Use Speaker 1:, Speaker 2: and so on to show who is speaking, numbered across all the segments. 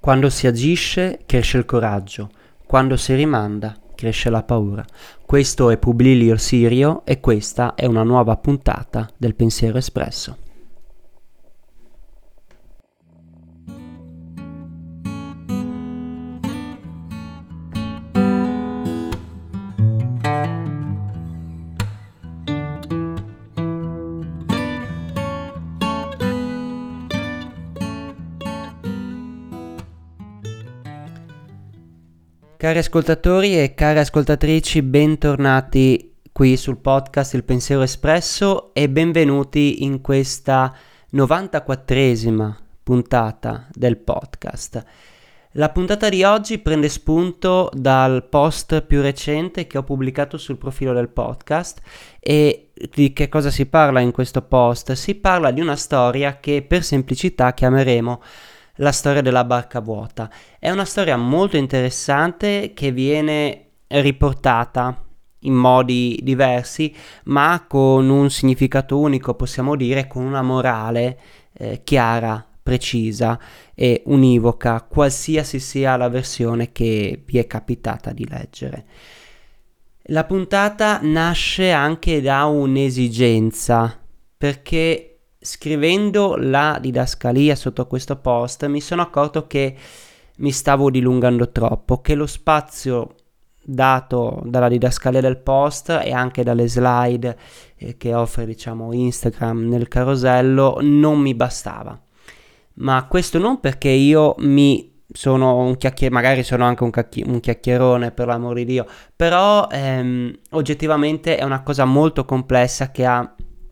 Speaker 1: Quando si agisce cresce il coraggio, quando si rimanda cresce la paura. Questo è Publilio Sirio e questa è una nuova puntata del Pensiero Espresso. Cari ascoltatori e care ascoltatrici, bentornati qui sul podcast Il Pensiero Espresso e benvenuti in questa 94esima puntata del podcast. La puntata di oggi prende spunto dal post più recente che ho pubblicato sul profilo del podcast. E di che cosa si parla in questo post? Si parla di una storia che per semplicità chiameremo la storia della barca vuota. È una storia molto interessante che viene riportata in modi diversi, ma con un significato unico, possiamo dire, con una morale chiara, precisa e univoca, qualsiasi sia la versione che vi è capitata di leggere. La puntata nasce anche da un'esigenza, perché scrivendo la didascalia sotto questo post mi sono accorto che mi stavo dilungando troppo, che lo spazio dato dalla didascalia del post e anche dalle slide che offre, Instagram nel carosello non mi bastava. Ma questo non perché io sono un magari sono anche un chiacchierone, per l'amor di Dio, però oggettivamente è una cosa molto complessa che ha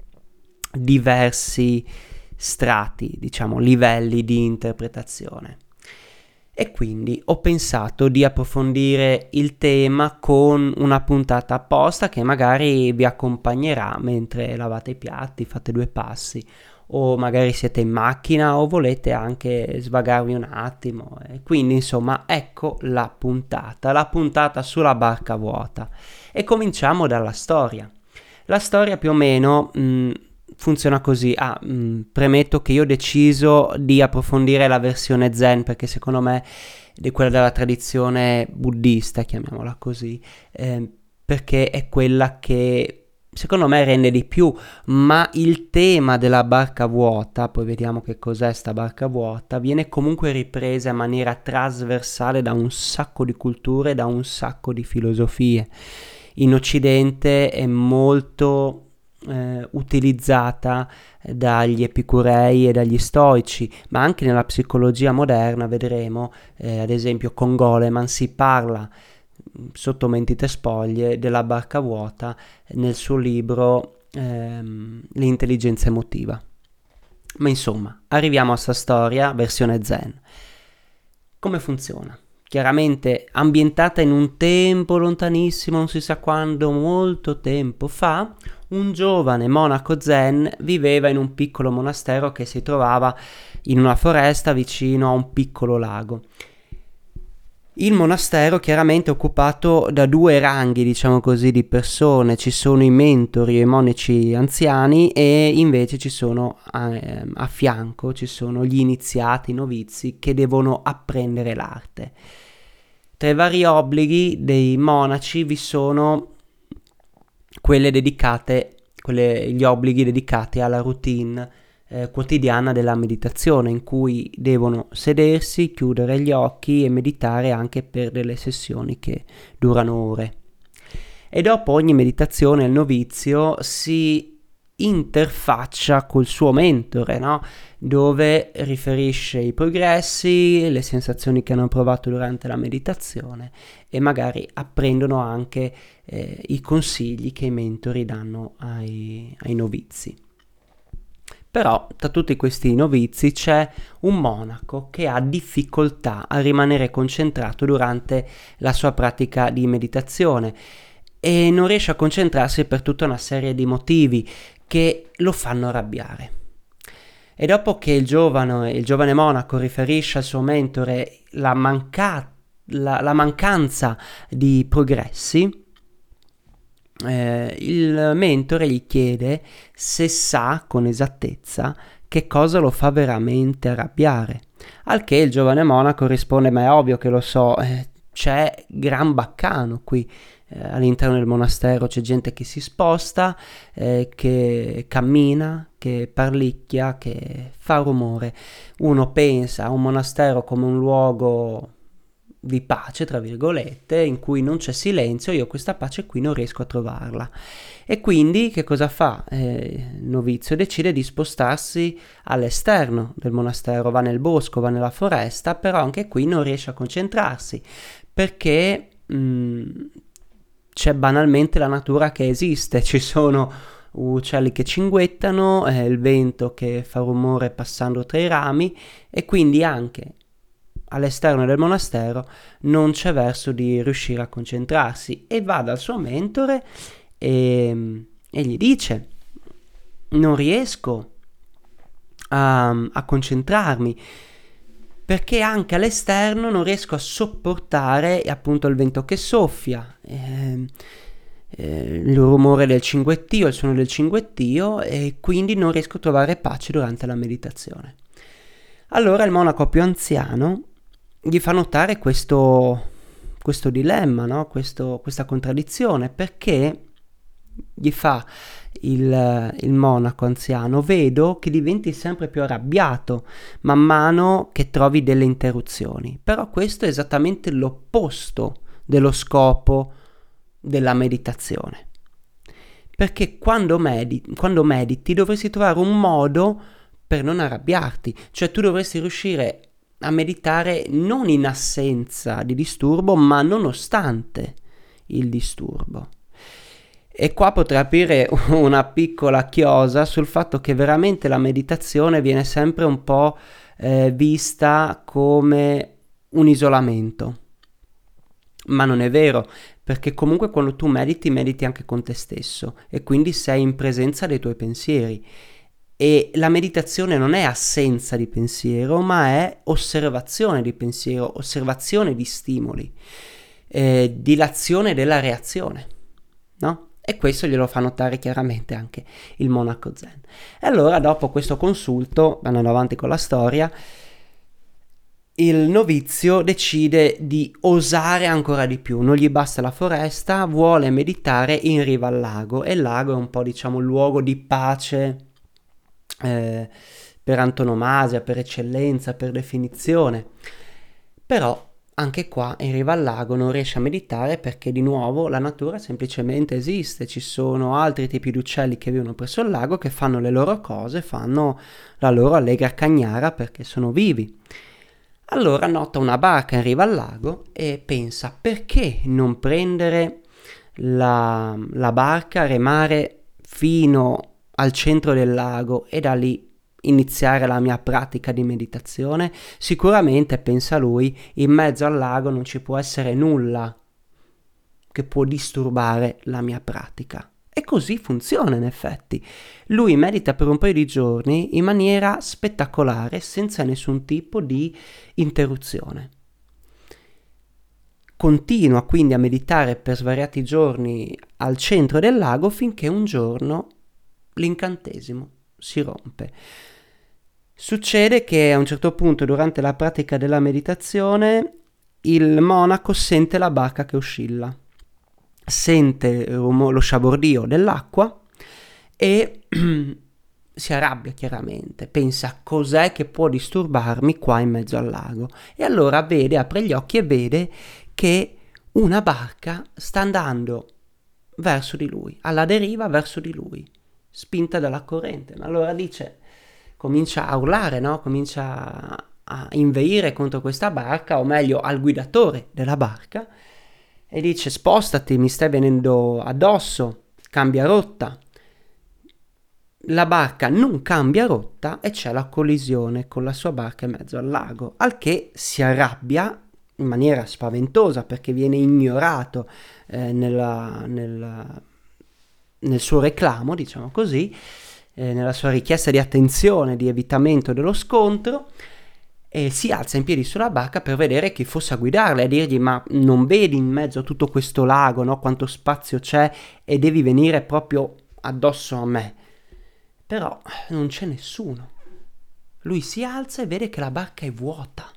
Speaker 1: diversi strati, livelli di interpretazione. E quindi ho pensato di approfondire il tema con una puntata apposta che magari vi accompagnerà mentre lavate i piatti, fate due passi, o magari siete in macchina o volete anche svagarvi un attimo. E quindi insomma ecco la puntata sulla barca vuota. E cominciamo dalla storia. La storia più o meno funziona così. Premetto che io ho deciso di approfondire la versione zen perché secondo me è quella della tradizione buddista, chiamiamola così, perché è quella che secondo me rende di più, ma il tema della barca vuota, poi vediamo che cos'è sta barca vuota, viene comunque ripresa in maniera trasversale da un sacco di culture, da un sacco di filosofie. In Occidente è molto utilizzata dagli epicurei e dagli stoici, ma anche nella psicologia moderna vedremo, ad esempio con Goleman si parla sotto Mentite spoglie della barca vuota nel suo libro L'intelligenza emotiva. Ma insomma, arriviamo a sta storia versione zen. Come funziona? Chiaramente ambientata in un tempo lontanissimo, non si sa quando, molto tempo fa, un giovane monaco zen viveva in un piccolo monastero che si trovava in una foresta vicino a un piccolo lago. Il monastero chiaramente è occupato da due ranghi, di persone. Ci sono i mentori e i monaci anziani e invece ci sono a fianco ci sono gli iniziati, i novizi che devono apprendere l'arte. Tra i vari obblighi dei monaci vi sono gli obblighi dedicati alla routine quotidiana della meditazione, in cui devono sedersi, chiudere gli occhi e meditare anche per delle sessioni che durano ore. E dopo ogni meditazione il novizio si interfaccia col suo mentore, dove riferisce i progressi, le sensazioni che hanno provato durante la meditazione e magari apprendono anche i consigli che i mentori danno ai novizi. Però tra tutti questi novizi c'è un monaco che ha difficoltà a rimanere concentrato durante la sua pratica di meditazione e non riesce a concentrarsi per tutta una serie di motivi che lo fanno arrabbiare. E dopo che il giovane monaco riferisce al suo mentore la mancanza di progressi, il mentore gli chiede se sa con esattezza che cosa lo fa veramente arrabbiare. Al che il giovane monaco risponde: ma è ovvio che lo so, c'è gran baccano qui. All'interno del monastero c'è gente che si sposta, che cammina, che parlicchia, che fa rumore. Uno pensa a un monastero come un luogo di pace, tra virgolette, in cui non c'è silenzio. Io questa pace qui non riesco a trovarla. E quindi che cosa fa? Il novizio decide di spostarsi all'esterno del monastero, va nel bosco, va nella foresta, però anche qui non riesce a concentrarsi perché c'è banalmente la natura che esiste, ci sono uccelli che cinguettano, il vento che fa rumore passando tra i rami, e quindi anche all'esterno del monastero non c'è verso di riuscire a concentrarsi. E va dal suo mentore e gli dice: non riesco a concentrarmi perché anche all'esterno non riesco a sopportare appunto il vento che soffia, il rumore del cinguettio, il suono del cinguettio, e quindi non riesco a trovare pace durante la meditazione. Allora il monaco più anziano gli fa notare questo dilemma, no? Questa contraddizione, perché gli fa il monaco anziano: vedo che diventi sempre più arrabbiato man mano che trovi delle interruzioni. Però questo è esattamente l'opposto dello scopo della meditazione. Perché quando mediti dovresti trovare un modo per non arrabbiarti, cioè tu dovresti riuscire a meditare non in assenza di disturbo, ma nonostante il disturbo. E qua potrei aprire una piccola chiosa sul fatto che veramente la meditazione viene sempre un po' vista come un isolamento. Ma non è vero, perché comunque quando tu mediti anche con te stesso e quindi sei in presenza dei tuoi pensieri. E la meditazione non è assenza di pensiero, ma è osservazione di pensiero, osservazione di stimoli, dilazione della reazione, no? E questo glielo fa notare chiaramente anche il monaco zen. E allora, dopo questo consulto, andando avanti con la storia, il novizio decide di osare ancora di più. Non gli basta la foresta, vuole meditare in riva al lago, e il lago è un po', diciamo, il luogo di pace per antonomasia, per eccellenza, per definizione. Però anche qua in riva al lago non riesce a meditare perché di nuovo la natura semplicemente esiste, ci sono altri tipi di uccelli che vivono presso il lago, che fanno le loro cose, fanno la loro allegra cagnara perché sono vivi. Allora nota una barca in riva al lago e pensa: perché non prendere la barca, remare fino al centro del lago e da lì iniziare la mia pratica di meditazione? Sicuramente, pensa lui, in mezzo al lago non ci può essere nulla che può disturbare la mia pratica. E così funziona in effetti. Lui medita per un paio di giorni in maniera spettacolare, senza nessun tipo di interruzione. Continua quindi a meditare per svariati giorni al centro del lago, finché un giorno l'incantesimo si rompe. Succede che a un certo punto, durante la pratica della meditazione, il monaco sente la barca che oscilla, sente lo sciabordio dell'acqua e si arrabbia chiaramente, pensa: cos'è che può disturbarmi qua in mezzo al lago? E allora apre gli occhi e vede che una barca sta andando verso di lui, alla deriva verso di lui, spinta dalla corrente. Ma allora comincia a urlare, no? Comincia a inveire contro questa barca, o meglio al guidatore della barca, e dice: spostati, mi stai venendo addosso, cambia rotta. La barca non cambia rotta e c'è la collisione con la sua barca in mezzo al lago, al che si arrabbia in maniera spaventosa perché viene ignorato nel suo reclamo, diciamo così, nella sua richiesta di attenzione, di evitamento dello scontro, e si alza in piedi sulla barca per vedere chi fosse a guidarla e dirgli: ma non vedi in mezzo a tutto questo lago, no, quanto spazio c'è, e devi venire proprio addosso a me? Però non c'è nessuno. Lui si alza e vede che la barca è vuota.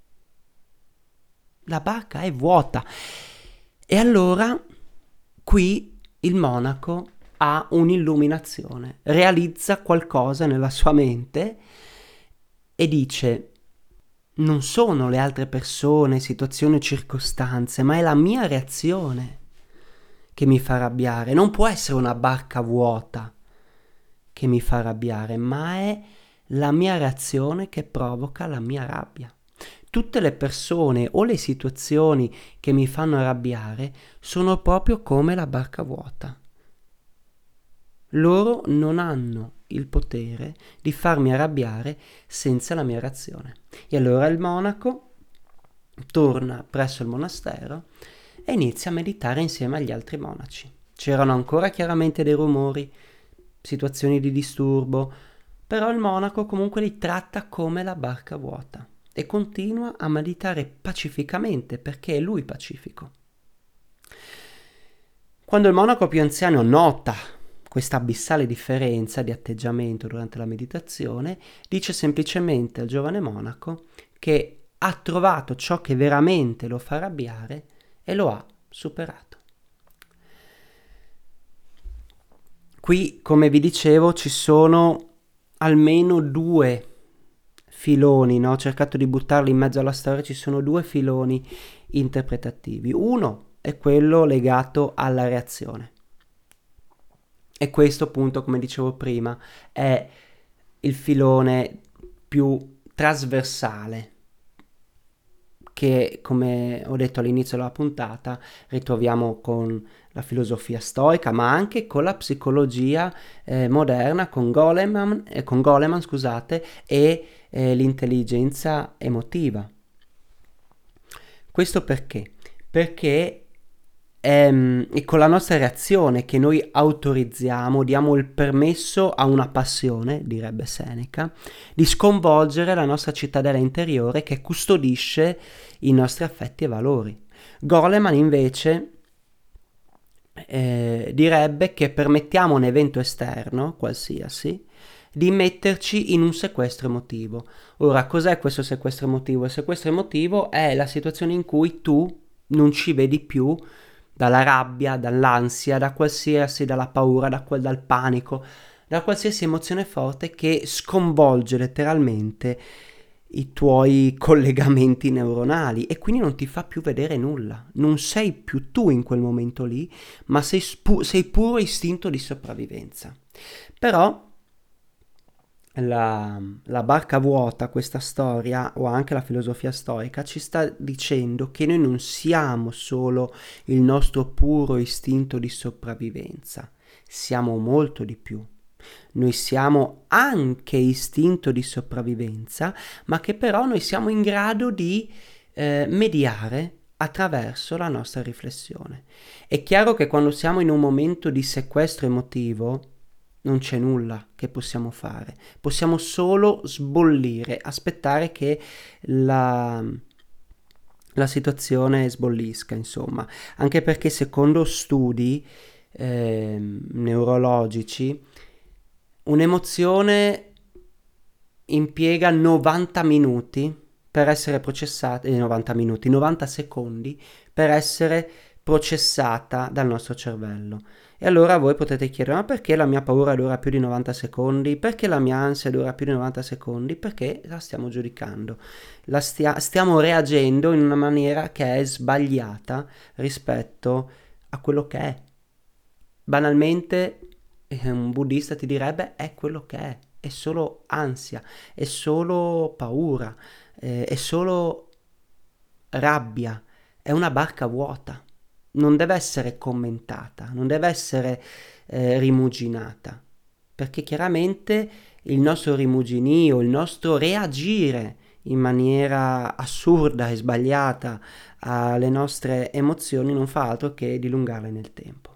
Speaker 1: La barca è vuota. E allora qui il monaco ha un'illuminazione, realizza qualcosa nella sua mente e dice: non sono le altre persone, situazioni o circostanze, ma è la mia reazione che mi fa arrabbiare. Non può essere una barca vuota che mi fa arrabbiare, ma è la mia reazione che provoca la mia rabbia. Tutte le persone o le situazioni che mi fanno arrabbiare sono proprio come la barca vuota. Loro non hanno il potere di farmi arrabbiare senza la mia reazione. E allora il monaco torna presso il monastero e inizia a meditare insieme agli altri monaci. C'erano ancora chiaramente dei rumori, situazioni di disturbo, però il monaco comunque li tratta come la barca vuota e continua a meditare pacificamente perché è lui pacifico. Quando il monaco più anziano nota questa abissale differenza di atteggiamento durante la meditazione, dice semplicemente al giovane monaco che ha trovato ciò che veramente lo fa arrabbiare e lo ha superato. Qui, come vi dicevo, ci sono almeno due filoni, no? Ho cercato di buttarli in mezzo alla storia, ci sono due filoni interpretativi. Uno è quello legato alla reazione. E questo appunto, come dicevo prima, è il filone più trasversale che, come ho detto all'inizio della puntata, ritroviamo con la filosofia stoica, ma anche con la psicologia moderna, con Goleman, e l'intelligenza emotiva. Questo perché? Perché è con la nostra reazione che noi autorizziamo, diamo il permesso a una passione, direbbe Seneca, di sconvolgere la nostra cittadella interiore che custodisce i nostri affetti e valori. Goleman invece direbbe che permettiamo a un evento esterno, qualsiasi, di metterci in un sequestro emotivo. Ora, cos'è questo sequestro emotivo? Il sequestro emotivo è la situazione in cui tu non ci vedi più dalla rabbia, dall'ansia, dalla paura, dal panico, da qualsiasi emozione forte che sconvolge letteralmente i tuoi collegamenti neuronali e quindi non ti fa più vedere nulla. Non sei più tu in quel momento lì, ma sei puro istinto di sopravvivenza. Però la barca vuota, questa storia, o anche la filosofia stoica, ci sta dicendo che noi non siamo solo il nostro puro istinto di sopravvivenza, siamo molto di più. Noi siamo anche istinto di sopravvivenza, ma che però noi siamo in grado di mediare attraverso la nostra riflessione. È chiaro che quando siamo in un momento di sequestro emotivo, non c'è nulla che possiamo fare, possiamo solo sbollire, aspettare che la situazione sbollisca, insomma, anche perché secondo studi neurologici un'emozione impiega 90 minuti per essere processata, 90 secondi per essere processata dal nostro cervello. E allora voi potete chiedere: ma perché la mia paura dura più di 90 secondi? Perché la mia ansia dura più di 90 secondi? Perché la stiamo giudicando, stiamo reagendo in una maniera che è sbagliata rispetto a quello che è. Banalmente un buddista ti direbbe: è quello che è solo ansia, è solo paura, è solo rabbia, è una barca vuota. Non deve essere commentata, non deve essere rimuginata, perché chiaramente il nostro rimuginio, il nostro reagire in maniera assurda e sbagliata alle nostre emozioni non fa altro che dilungarle nel tempo.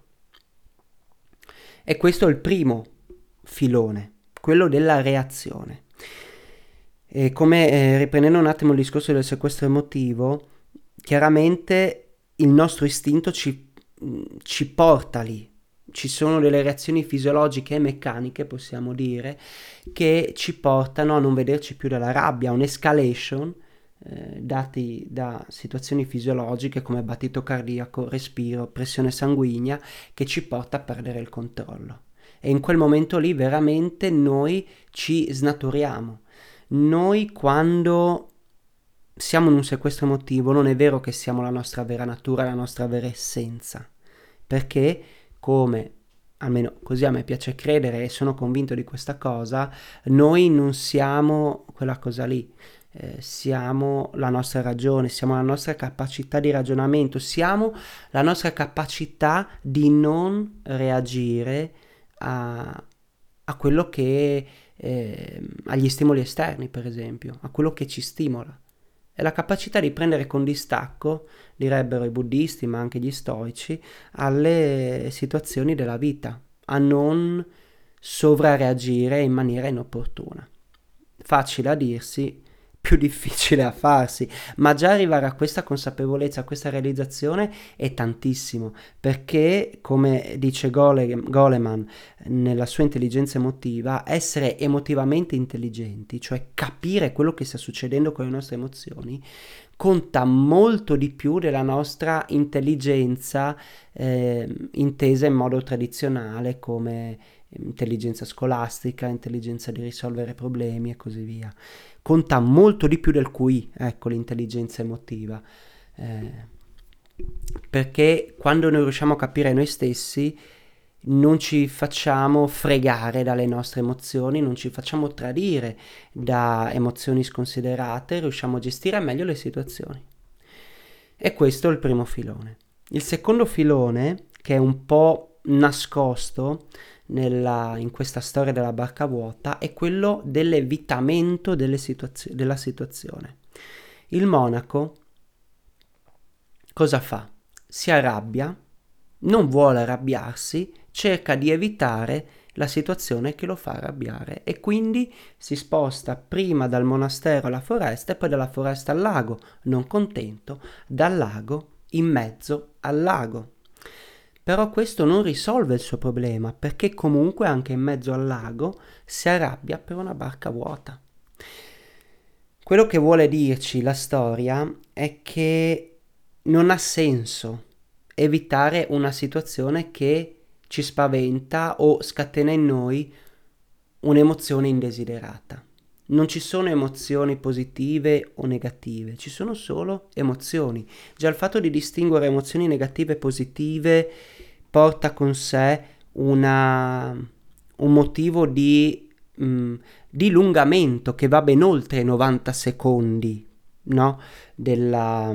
Speaker 1: E questo è il primo filone, quello della reazione. E come riprendendo un attimo il discorso del sequestro emotivo, chiaramente il nostro istinto ci porta lì, ci sono delle reazioni fisiologiche e meccaniche, possiamo dire, che ci portano a non vederci più dalla rabbia, un'escalation dati da situazioni fisiologiche come battito cardiaco, respiro, pressione sanguigna, che ci porta a perdere il controllo. E in quel momento lì veramente noi ci snaturiamo. Noi quando siamo in un sequestro emotivo non è vero che siamo la nostra vera natura, la nostra vera essenza, perché come almeno così a me piace credere e sono convinto di questa cosa, noi non siamo quella cosa lì. Siamo la nostra ragione, siamo la nostra capacità di ragionamento, siamo la nostra capacità di non reagire a quello che agli stimoli esterni, per esempio, a quello che ci stimola. È la capacità di prendere con distacco, direbbero i buddisti, ma anche gli stoici, alle situazioni della vita, a non sovrareagire in maniera inopportuna. Facile a dirsi, più difficile a farsi, ma già arrivare a questa consapevolezza, a questa realizzazione è tantissimo, perché come dice Goleman nella sua intelligenza emotiva, essere emotivamente intelligenti, cioè capire quello che sta succedendo con le nostre emozioni, conta molto di più della nostra intelligenza intesa in modo tradizionale come intelligenza scolastica, intelligenza di risolvere problemi e così via. Conta molto di più del QI, ecco, l'intelligenza emotiva, perché quando noi riusciamo a capire noi stessi non ci facciamo fregare dalle nostre emozioni, non ci facciamo tradire da emozioni sconsiderate, riusciamo a gestire meglio le situazioni. E questo è il primo filone. Il secondo filone, che è un po' nascosto in questa storia della barca vuota, è quello dell'evitamento della situazione. Il monaco cosa fa? Si arrabbia, non vuole arrabbiarsi, cerca di evitare la situazione che lo fa arrabbiare e quindi si sposta prima dal monastero alla foresta e poi dalla foresta al lago, non contento, dal lago in mezzo al lago. Però questo non risolve il suo problema, perché comunque anche in mezzo al lago si arrabbia per una barca vuota. Quello che vuole dirci la storia è che non ha senso evitare una situazione che ci spaventa o scatena in noi un'emozione indesiderata. Non ci sono emozioni positive o negative, ci sono solo emozioni. Già il fatto di distinguere emozioni negative e positive porta con sé un motivo di dilungamento che va ben oltre i 90 secondi, no? della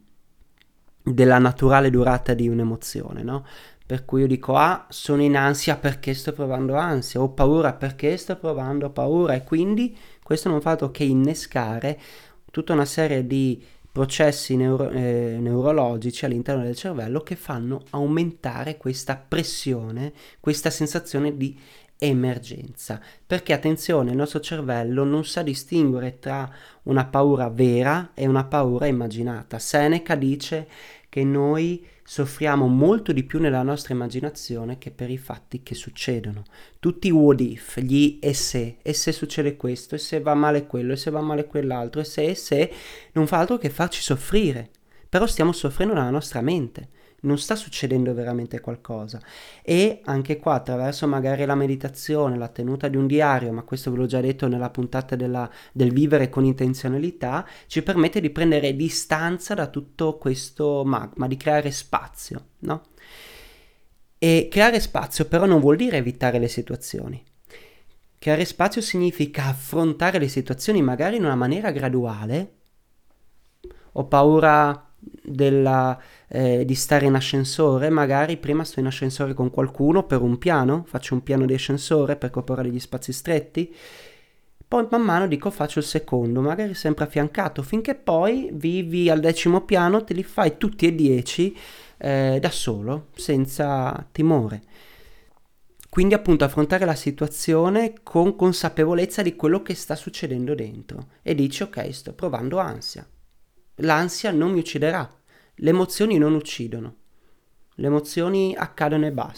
Speaker 1: naturale durata di un'emozione, no? Per cui io dico, sono in ansia perché sto provando ansia, ho paura perché sto provando paura, e quindi questo non fa altro che innescare tutta una serie di processi neurologici all'interno del cervello che fanno aumentare questa pressione, questa sensazione di emergenza. Perché attenzione, il nostro cervello non sa distinguere tra una paura vera e una paura immaginata. Seneca dice che noi soffriamo molto di più nella nostra immaginazione che per i fatti che succedono. Tutti i what if, gli e se succede questo, e se va male quello, e se va male quell'altro, e se, non fa altro che farci soffrire. Però stiamo soffrendo nella nostra mente, non sta succedendo veramente qualcosa. E anche qua, attraverso magari la meditazione, la tenuta di un diario, ma questo ve l'ho già detto nella puntata del vivere con intenzionalità, ci permette di prendere distanza da tutto questo magma, di creare spazio, no? E creare spazio però non vuol dire evitare le situazioni. Creare spazio significa affrontare le situazioni magari in una maniera graduale. Ho paura di stare in ascensore, magari prima sto in ascensore con qualcuno per un piano, faccio un piano di ascensore per coprire gli spazi stretti, poi man mano dico faccio il secondo, magari sempre affiancato, finché poi vivi al 10° piano, te li fai tutti e 10 da solo, senza timore. Quindi appunto affrontare la situazione con consapevolezza di quello che sta succedendo dentro e dici ok, sto provando ansia. L'ansia non mi ucciderà, le emozioni non uccidono, le emozioni accadono e basta.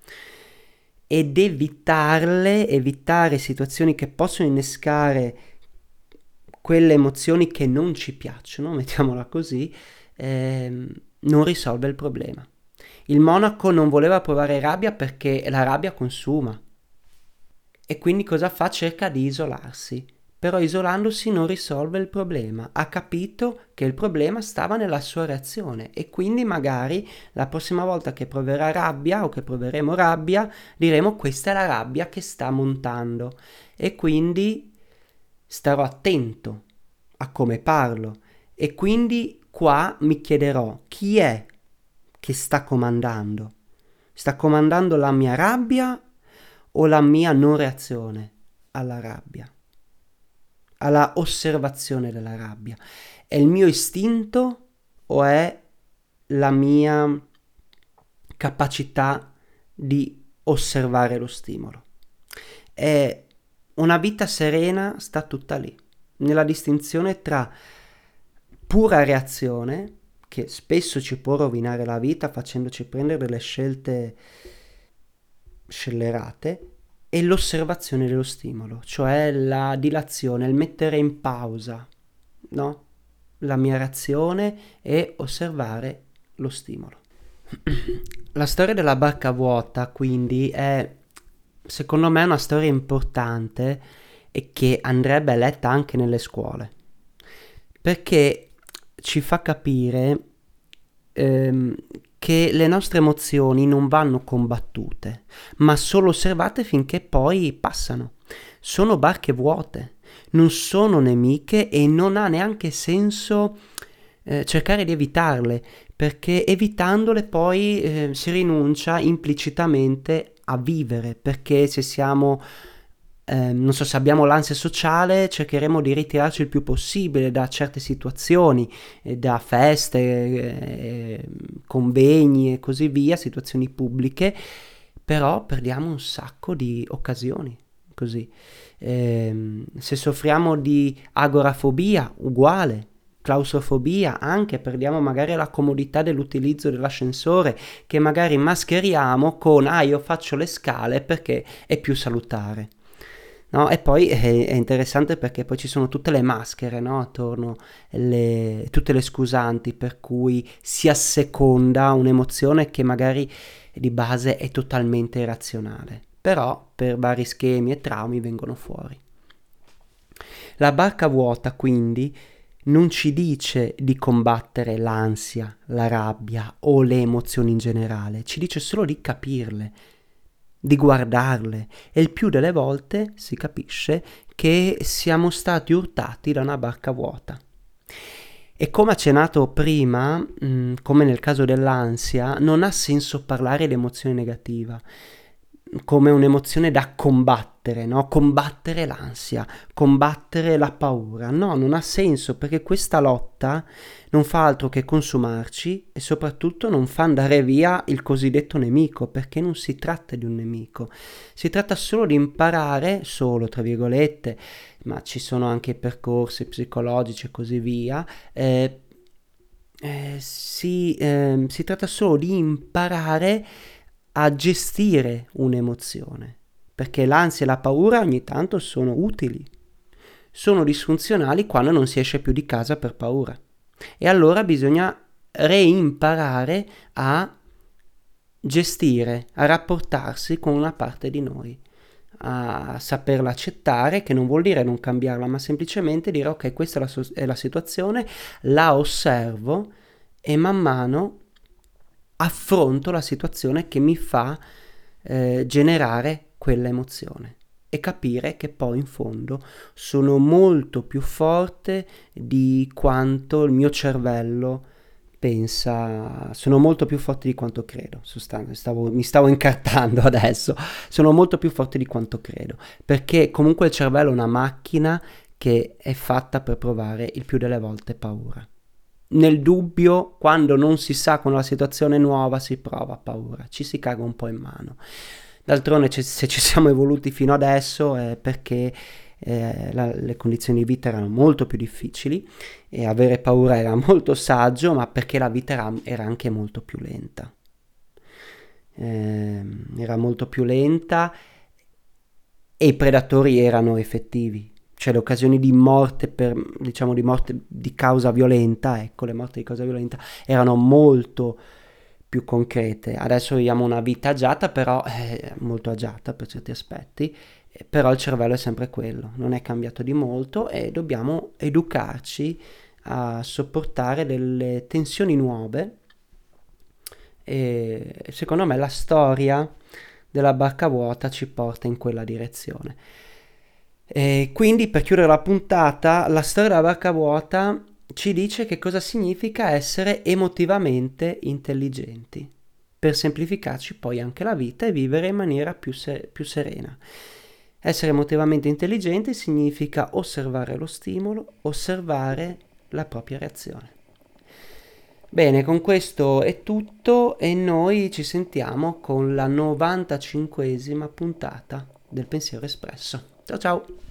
Speaker 1: ed evitare situazioni che possono innescare quelle emozioni che non ci piacciono, mettiamola così, non risolve il problema. Il monaco non voleva provare rabbia perché la rabbia consuma e quindi cosa fa? Cerca di isolarsi, però isolandosi non risolve il problema. Ha capito che il problema stava nella sua reazione e quindi magari la prossima volta che proverà rabbia o che proveremo rabbia diremo questa è la rabbia che sta montando e quindi starò attento a come parlo e quindi qua mi chiederò chi è che sta comandando? Sta comandando la mia rabbia o la mia non reazione alla rabbia, alla osservazione della rabbia? È il mio istinto o è la mia capacità di osservare lo stimolo? È una vita serena sta tutta lì, nella distinzione tra pura reazione, che spesso ci può rovinare la vita facendoci prendere delle scelte scellerate, e l'osservazione dello stimolo, cioè la dilazione, il mettere in pausa, no? La mia reazione e osservare lo stimolo. La storia della barca vuota, quindi, è secondo me una storia importante e che andrebbe letta anche nelle scuole, perché ci fa capire che le nostre emozioni non vanno combattute, ma solo osservate finché poi passano. Sono barche vuote, non sono nemiche e non ha neanche senso cercare di evitarle, perché evitandole poi si rinuncia implicitamente a vivere, perché se siamo non so, se abbiamo l'ansia sociale cercheremo di ritirarci il più possibile da certe situazioni, da feste, convegni e così via, situazioni pubbliche, però perdiamo un sacco di occasioni così. Se soffriamo di agorafobia, uguale. Claustrofobia, anche perdiamo magari la comodità dell'utilizzo dell'ascensore che magari mascheriamo con io faccio le scale perché è più salutare. No, e poi è interessante perché poi ci sono tutte le maschere, no, attorno, tutte le scusanti per cui si asseconda un'emozione che magari di base è totalmente irrazionale, però per vari schemi e traumi vengono fuori. La barca vuota quindi non ci dice di combattere l'ansia, la rabbia o le emozioni in generale, ci dice solo di capirle, di guardarle, e il più delle volte si capisce che siamo stati urtati da una barca vuota. E come accennato prima, come nel caso dell'ansia, non ha senso parlare di emozione negativa come un'emozione da combattere, no? Combattere l'ansia, combattere la paura. No, non ha senso perché questa lotta non fa altro che consumarci e soprattutto non fa andare via il cosiddetto nemico, perché non si tratta di un nemico. Si tratta solo di imparare, solo tra virgolette, ma ci sono anche percorsi psicologici e così via. Si tratta solo di imparare a gestire un'emozione, perché l'ansia e la paura ogni tanto sono utili, sono disfunzionali quando non si esce più di casa per paura. E allora bisogna reimparare a gestire, a rapportarsi con una parte di noi, a saperla accettare, che non vuol dire non cambiarla, ma semplicemente dire ok, questa è la situazione, la osservo e man mano affronto la situazione che mi fa generare quella emozione e capire che poi in fondo sono molto più forte di quanto il mio cervello pensa, sono molto più forti di quanto credo. Mi stavo incartando adesso, sono molto più forti di quanto credo, perché comunque il cervello è una macchina che è fatta per provare il più delle volte paura. Nel dubbio, quando non si sa, quando la situazione è nuova, si prova paura, ci si caga un po' in mano. D'altronde, se ci siamo evoluti fino adesso è perché le condizioni di vita erano molto più difficili e avere paura era molto saggio, ma perché la vita era anche molto più lenta. era molto più lenta e i predatori erano effettivi, cioè le occasioni di morte di morte di causa violenta, ecco, le morti di causa violenta erano molto più concrete. Adesso viviamo una vita agiata, però molto agiata per certi aspetti, però il cervello è sempre quello, non è cambiato di molto e dobbiamo educarci a sopportare delle tensioni nuove e secondo me la storia della barca vuota ci porta in quella direzione. E quindi per chiudere la puntata, la storia della barca vuota ci dice che cosa significa essere emotivamente intelligenti, per semplificarci poi anche la vita e vivere in maniera più serena. Essere emotivamente intelligenti significa osservare lo stimolo, osservare la propria reazione. Bene, con questo è tutto e noi ci sentiamo con la 95esima puntata del Pensiero Espresso. Ciao ciao!